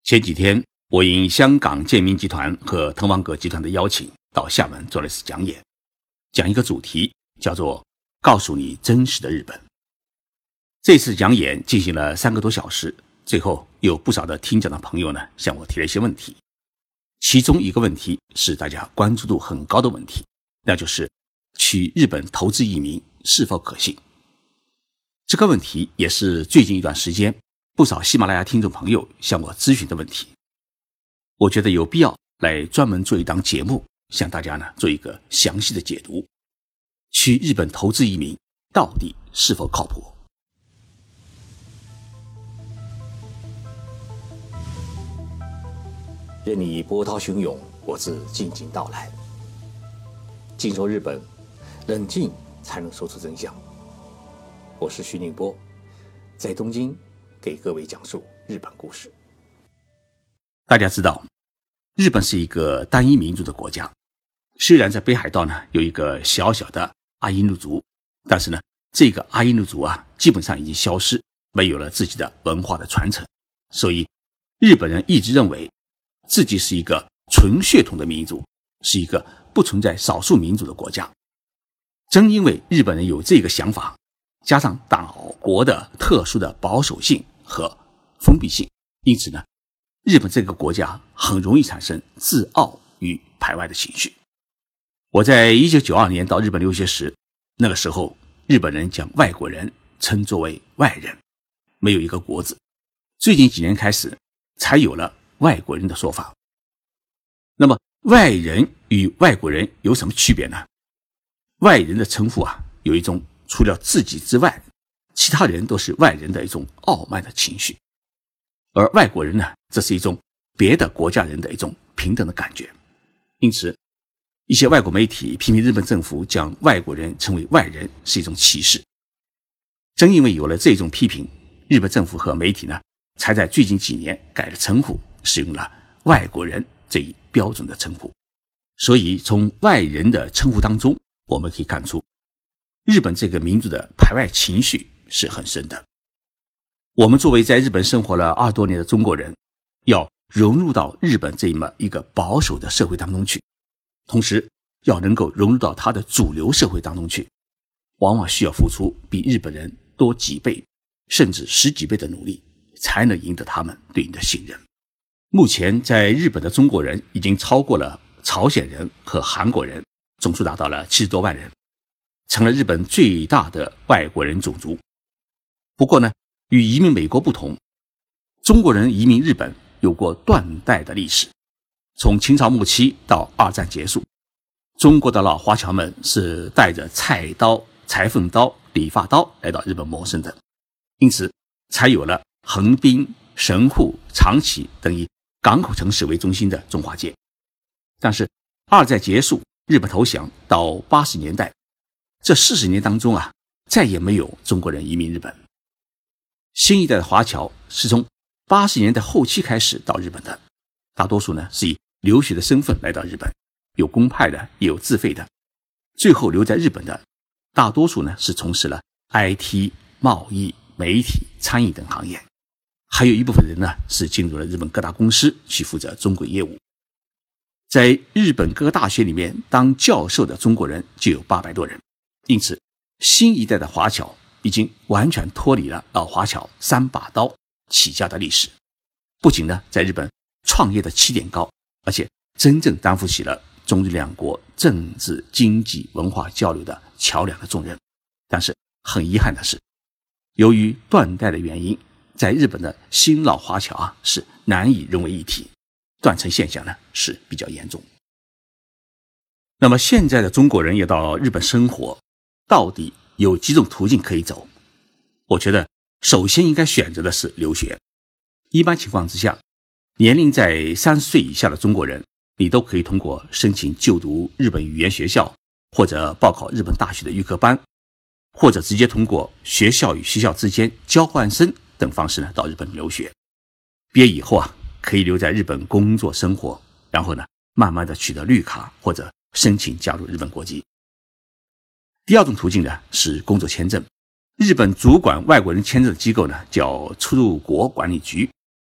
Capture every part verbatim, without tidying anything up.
前几天，我应香港建民集团和滕王阁集团的邀请，到厦门做了一次讲演，讲一个主题叫做“告诉你真实的日本”。这次讲演进行了三个多小时，最后有不少的听讲的朋友呢向我提了一些问题，其中一个问题是大家关注度很高的问题，那就是去日本投资移民是否可行。这个问题也是最近一段时间不少喜马拉雅听众朋友向我咨询的问题，我觉得有必要来专门做一档节目，向大家呢做一个详细的解读。去日本投资移民到底是否靠谱？ 任你波涛汹涌，我自静静到来。静说日本，冷静才能说出真相。我是徐宁波，在东京给各位讲述日本故事。 大家知道，日本是一个单一民族的国家，虽然在北海道呢有一个小小的阿伊努族，但是呢这个阿伊努族啊基本上已经消失，没有了自己的文化的传承，所以日本人一直认为自己是一个纯血统的民族，是一个不存在少数民族的国家。正因为日本人有这个想法，加上岛国的特殊的保守性和封闭性，因此呢日本这个国家很容易产生自傲与排外的情绪。我在一九九二年到日本留学时，那个时候日本人将外国人称作为外人，没有一个国字。最近几年开始才有了外国人的说法。那么外人与外国人有什么区别呢？外人的称呼啊，有一种除了自己之外其他人都是外人的一种傲慢的情绪，而外国人呢，这是一种别的国家人的一种平等的感觉。因此一些外国媒体批评日本政府将外国人称为外人是一种歧视。正因为有了这种批评，日本政府和媒体呢才在最近几年改了称呼，使用了外国人这一标准的称呼。所以从外人的称呼当中，我们可以看出日本这个民族的排外情绪是很深的。我们作为在日本生活了二十多年的中国人，要融入到日本这么一个保守的社会当中去，同时要能够融入到它的主流社会当中去，往往需要付出比日本人多几倍甚至十几倍的努力，才能赢得他们对你的信任。目前在日本的中国人已经超过了朝鲜人和韩国人，总数达到了七十多万人，成了日本最大的外国人种族。不过呢，与移民美国不同，中国人移民日本有过断代的历史。从清朝末期到二战结束，中国的老华侨们是带着菜刀、裁缝刀、理发刀来到日本谋生的，因此才有了横滨、神户、长崎等以港口城市为中心的中华街。但是二战结束，日本投降到八十年代，这四十年当中啊，再也没有中国人移民日本。新一代的华侨是从八十年代后期开始到日本的，大多数呢是以留学的身份来到日本，有公派的也有自费的。最后留在日本的大多数呢是从事了 I T、 贸易、媒体、餐饮等行业，还有一部分人呢是进入了日本各大公司去负责中国业务。在日本各个大学里面当教授的中国人就有八百多人，因此新一代的华侨已经完全脱离了老华侨三把刀起家的历史，不仅呢在日本创业的起点高，而且真正担负起了中日两国政治、经济、文化交流的桥梁的重任。但是很遗憾的是，由于断代的原因，在日本的新老华侨啊是难以融为一体，断层现象呢是比较严重。那么现在的中国人要到日本生活，到底有几种途径可以走？我觉得首先应该选择的是留学。一般情况之下，年龄在三十岁以下的中国人，你都可以通过申请就读日本语言学校，或者报考日本大学的预科班，或者直接通过学校与学校之间交换生等方式呢到日本留学。毕业以后啊，可以留在日本工作生活，然后呢慢慢的取得绿卡或者申请加入日本国籍。第二种途径呢是工作签证。日本主管外国人签证的机构呢叫出入国管理局，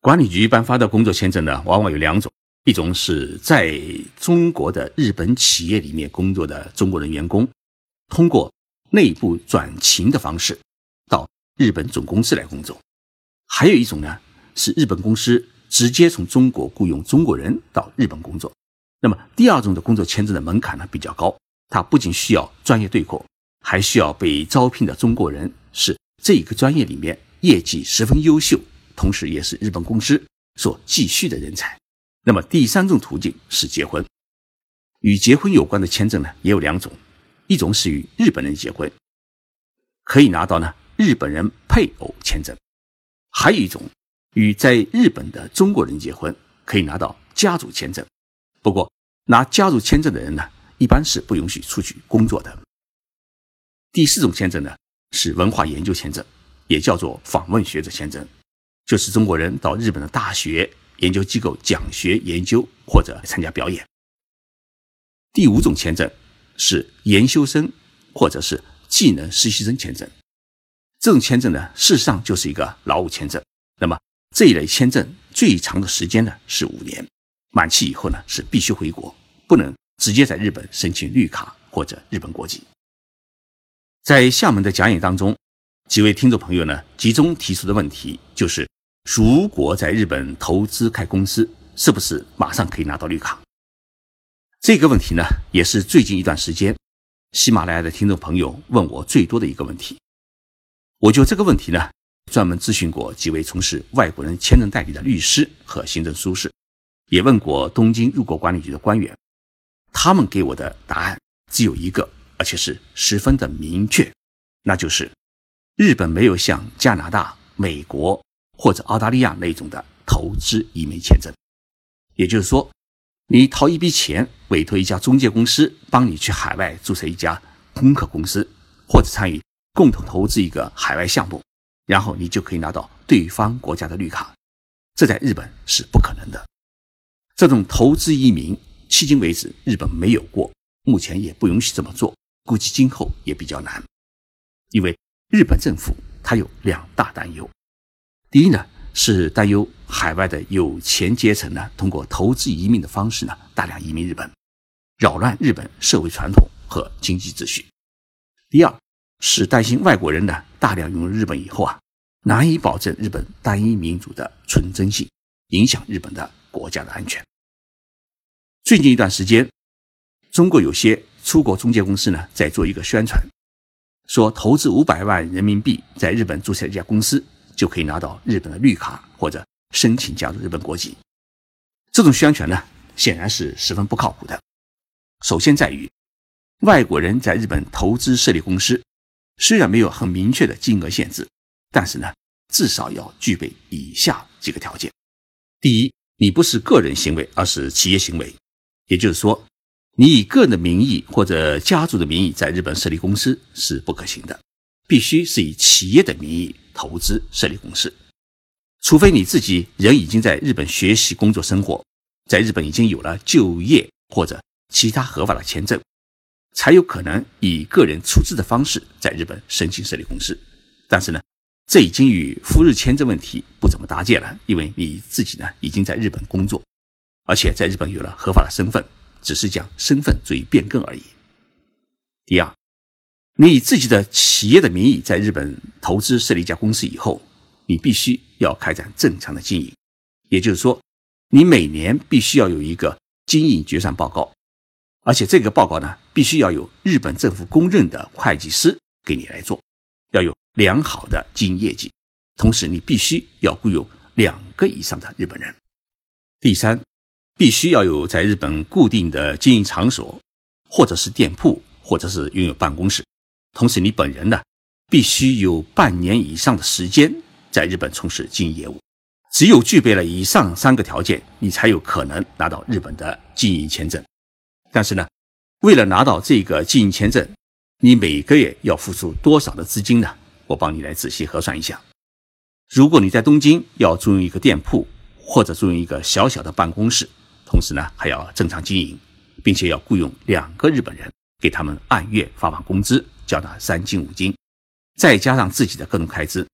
管理局颁发的工作签证呢，往往有两种，一种是在中国的日本企业里面工作的中国人员工，通过内部转勤的方式到日本总公司来工作；还有一种呢，是日本公司直接从中国雇佣中国人到日本工作。那么第二种的工作签证的门槛呢比较高，它不仅需要专业对口，还需要被招聘的中国人是这个专业里面业绩十分优秀，同时也是日本公司所急需的人才。那么第三种途径是结婚。与结婚有关的签证呢也有两种，一种是与日本人结婚，可以拿到呢日本人配偶签证；还有一种与在日本的中国人结婚，可以拿到家族签证。不过拿家族签证的人呢一般是不允许出去工作的。第四种签证呢是文化研究签证，也叫做访问学者签证，就是中国人到日本的大学研究机构讲学研究或者参加表演。第五种签证是研修生或者是技能实习生签证，这种签证呢事实上就是一个劳务签证。那么这一类签证最长的时间呢是五年，满期以后呢是必须回国，不能直接在日本申请绿卡或者日本国籍。在厦门的讲演当中，几位听众朋友呢集中提出的问题就是，如果在日本投资开公司，是不是马上可以拿到绿卡？这个问题呢也是最近一段时间喜马拉雅的听众朋友问我最多的一个问题。我就这个问题呢专门咨询过几位从事外国人签证代理的律师和行政书士，也问过东京入国管理局的官员，他们给我的答案只有一个，而且是十分的明确，那就是日本没有像加拿大、美国或者澳大利亚那种的投资移民签证。也就是说，你掏一笔钱委托一家中介公司帮你去海外注册一家空壳公司，或者参与共同投资一个海外项目，然后你就可以拿到对方国家的绿卡，这在日本是不可能的。这种投资移民迄今为止日本没有过，目前也不允许这么做，估计今后也比较难。因为日本政府它有两大担忧，第一呢是担忧海外的有钱阶层呢通过投资移民的方式呢大量移民日本，扰乱日本社会传统和经济秩序。第二是担心外国人呢大量涌入日本以后啊，难以保证日本单一民族的纯真性，影响日本的国家的安全。最近一段时间，中国有些出国中介公司呢在做一个宣传，说投资五百万人民币在日本注册一家公司，就可以拿到日本的绿卡或者申请加入日本国籍。这种宣传呢显然是十分不靠谱的。首先在于，外国人在日本投资设立公司，虽然没有很明确的金额限制，但是呢至少要具备以下几个条件。第一，你不是个人行为，而是企业行为，也就是说你以个人的名义或者家族的名义在日本设立公司是不可行的，必须是以企业的名义投资设立公司。除非你自己人已经在日本学习工作生活，在日本已经有了就业或者其他合法的签证，才有可能以个人出资的方式在日本申请设立公司。但是呢这已经与赴日签证问题不怎么搭界了，因为你自己呢已经在日本工作，而且在日本有了合法的身份，只是讲身份做一变更而已。第二，你以自己的企业的名义在日本投资设立一家公司以后，你必须要开展正常的经营，也就是说你每年必须要有一个经营决算报告，而且这个报告呢必须要有日本政府公认的会计师给你来做，要有良好的经营业绩，同时你必须要雇佣两个以上的日本人。第三，必须要有在日本固定的经营场所，或者是店铺，或者是拥有办公室，同时你本人呢必须有半年以上的时间在日本从事经营业务。只有具备了以上三个条件，你才有可能拿到日本的经营签证。但是呢为了拿到这个经营签证，你每个月要付出多少的资金呢？我帮你来仔细核算一下。如果你在东京要租用一个店铺，或者租用一个小小的办公室，同时呢还要正常经营，并且要雇佣两个日本人，给他们按月发放工资，缴纳三金五金，再加上自己的各种开支，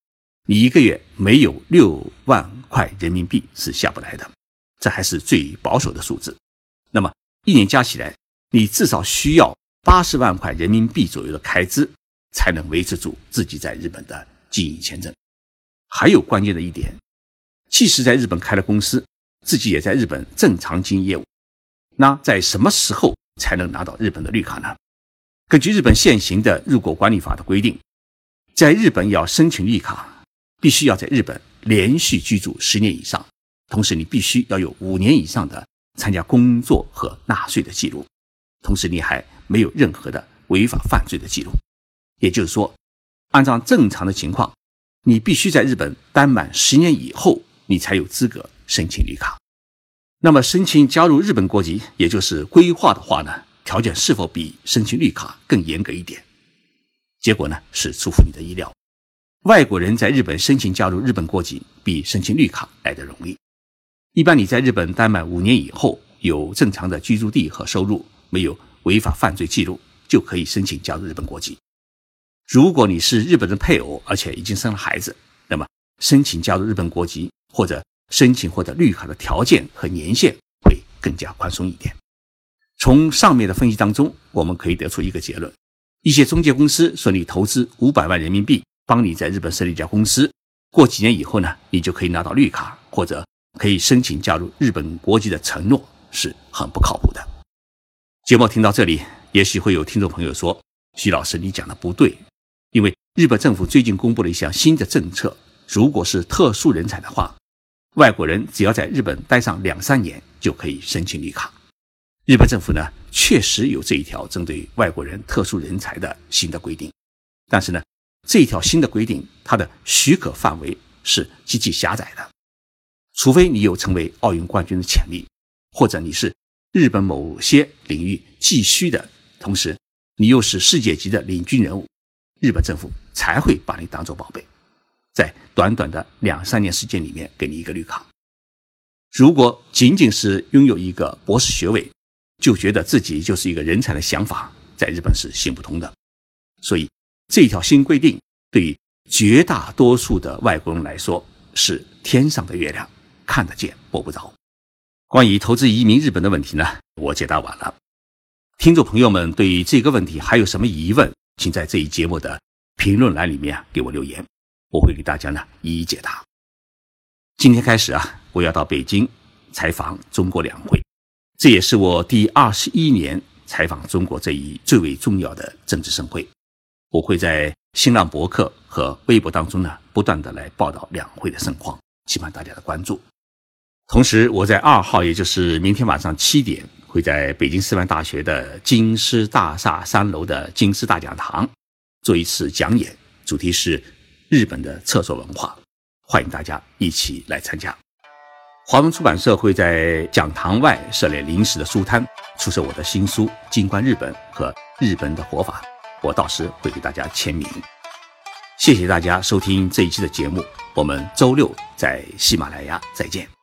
你一个月没有六万块人民币是下不来的，这还是最保守的数字。那么一年加起来，你至少需要八十万块人民币左右的开支，才能维持住自己在日本的经营签证。还有关键的一点，即使在日本开了公司，自己也在日本正常经营业务，那在什么时候才能拿到日本的绿卡呢？根据日本现行的入国管理法的规定，在日本要申请绿卡，必须要在日本连续居住十年以上，同时你必须要有五年以上的参加工作和纳税的记录，同时你还没有任何的违法犯罪的记录。也就是说，按照正常的情况，你必须在日本待满十年以后，你才有资格申请绿卡。那么申请加入日本国籍，也就是归化的话呢，条件是否比申请绿卡更严格一点？结果呢是出乎你的意料，外国人在日本申请加入日本国籍比申请绿卡来得容易。一般你在日本待满五年以后，有正常的居住地和收入，没有违法犯罪记录，就可以申请加入日本国籍。如果你是日本的配偶，而且已经生了孩子，那么申请加入日本国籍或者申请获得绿卡的条件和年限会更加宽松一点。从上面的分析当中，我们可以得出一个结论：一些中介公司说你投资五百万人民币，帮你在日本设立一家公司，过几年以后呢，你就可以拿到绿卡或者可以申请加入日本国籍的承诺，是很不靠谱的。节目听到这里，也许会有听众朋友说，徐老师你讲的不对，因为日本政府最近公布了一项新的政策，如果是特殊人才的话，外国人只要在日本待上两三年就可以申请绿卡。日本政府呢，确实有这一条针对外国人特殊人才的新的规定，但是呢，这一条新的规定它的许可范围是极其狭窄的，除非你有成为奥运冠军的潜力，或者你是日本某些领域急需的，同时你又是世界级的领军人物，日本政府才会把你当作宝贝，在短短的两三年时间里面给你一个绿卡。如果仅仅是拥有一个博士学位，就觉得自己就是一个人才的想法，在日本是行不通的。所以这条新规定对于绝大多数的外国人来说是天上的月亮，看得见摸不着。关于投资移民日本的问题呢，我解答完了。听众朋友们对于这个问题还有什么疑问，请在这一节目的评论栏里面给我留言，我会给大家呢一一解答。今天开始啊，我要到北京采访中国两会，这也是我第二十一年采访中国这一最为重要的政治盛会。我会在新浪博客和微博当中呢，不断的来报道两会的盛况，期盼大家的关注。同时我在二号，也就是明天晚上七点，会在北京师范大学的京师大厦三楼的京师大讲堂做一次讲演，主题是日本的厕所文化，欢迎大家一起来参加。华文出版社会在讲堂外设立临时的书摊，出售我的新书《静观日本》和《日本的活法》，我到时会给大家签名。谢谢大家收听这一期的节目，我们周六在喜马拉雅再见。